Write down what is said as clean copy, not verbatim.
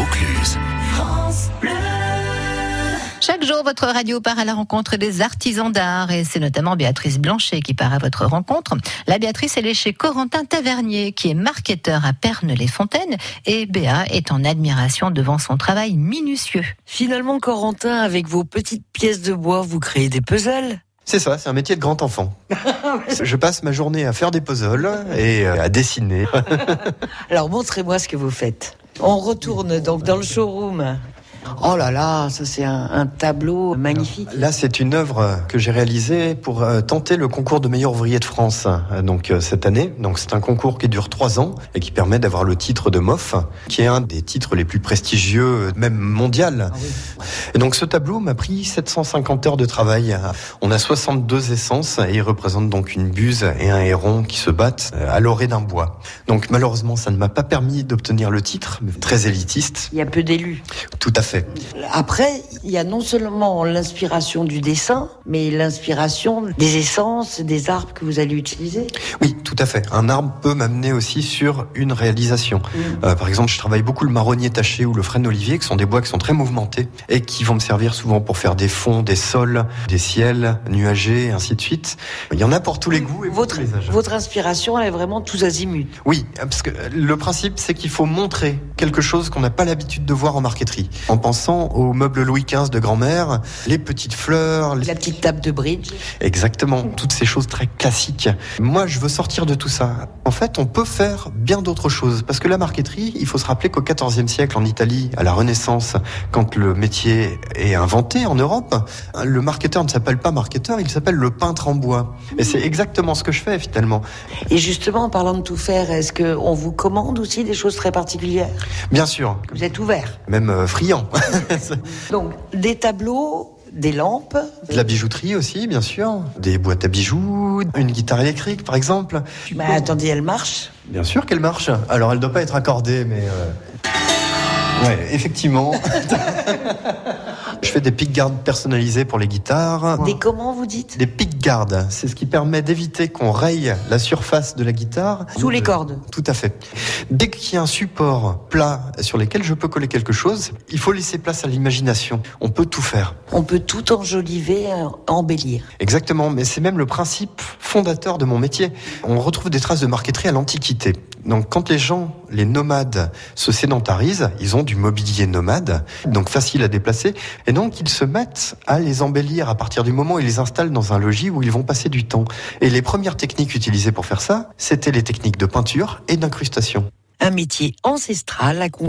Vaucluse. Chaque jour, votre radio part à la rencontre des artisans d'art et c'est notamment Béatrice Blanchet qui part à votre rencontre. La Béatrice, elle est chez Corentin Tavernier qui est marketeur à Pernes-les-Fontaines et Béa est en admiration devant son travail minutieux. Finalement, Corentin, avec vos petites pièces de bois, vous créez des puzzles ? C'est ça, c'est un métier de grand enfant. Je passe ma journée à faire des puzzles et à dessiner. Alors, montrez-moi ce que vous faites. On retourne donc dans le showroom. Oh là là, ça c'est un tableau magnifique. Là, c'est une œuvre que j'ai réalisée pour tenter le concours de meilleur ouvrier de France. Donc cette année, donc c'est un concours qui dure 3 ans et qui permet d'avoir le titre de MOF, qui est un des titres les plus prestigieux, même mondial. Ah oui. Et donc ce tableau m'a pris 750 heures de travail. On a 62 essences et il représente donc une buse et un héron qui se battent à l'orée d'un bois. Donc malheureusement, ça ne m'a pas permis d'obtenir le titre, mais très élitiste. Il y a peu d'élus. Tout à fait. Après, il y a non seulement l'inspiration du dessin, mais l'inspiration des essences, des arbres que vous allez utiliser. Oui, tout à fait. Un arbre peut m'amener aussi sur une réalisation. Par exemple, je travaille beaucoup le marronnier taché ou le frêne olivier, qui sont des bois qui sont très mouvementés et qui vont me servir souvent pour faire des fonds, des sols, des ciels nuagés, et ainsi de suite. Il y en a pour tous les goûts et pour tous les âges. Votre inspiration, elle est vraiment tous azimuts. Oui, parce que le principe, c'est qu'il faut montrer quelque chose qu'on n'a pas l'habitude de voir en marqueterie. En pensant aux meubles Louis XV de grand-mère, les petites fleurs... La petite table de bridge. Exactement, toutes ces choses très classiques. Moi, je veux sortir de tout ça. En fait, on peut faire bien d'autres choses. Parce que la marqueterie, il faut se rappeler qu'au XIVe siècle, en Italie, à la Renaissance, quand le métier est inventé en Europe, le marketeur ne s'appelle pas marketeur, il s'appelle le peintre en bois. Et c'est exactement ce que je fais, finalement. Et justement, en parlant de tout faire, est-ce qu'on vous commande aussi des choses très particulières ? Bien sûr. Vous êtes ouvert ? Même friand. Donc, des tableaux, des lampes. De la bijouterie aussi, bien sûr. Des boîtes à bijoux, une guitare électrique, par exemple. Mais attendez, elle marche ? Bien sûr qu'elle marche. Alors, elle ne doit pas être accordée, mais... Ouais, effectivement. Je fais des pickguards personnalisés pour les guitares. Des comment, vous dites ? Des pickguards, c'est ce qui permet d'éviter qu'on raye la surface de la guitare. Sous les cordes. Tout à fait. Dès qu'il y a un support plat sur lequel je peux coller quelque chose, il faut laisser place à l'imagination. On peut tout faire. On peut tout enjoliver, embellir. Exactement, mais c'est même le principe fondateur de mon métier. On retrouve des traces de marqueterie à l'Antiquité. Donc quand les gens, les nomades, se sédentarisent, ils ont du mobilier nomade, donc facile à déplacer, et donc ils se mettent à les embellir à partir du moment où ils les installent dans un logis où ils vont passer du temps. Et les premières techniques utilisées pour faire ça, c'était les techniques de peinture et d'incrustation. Un métier ancestral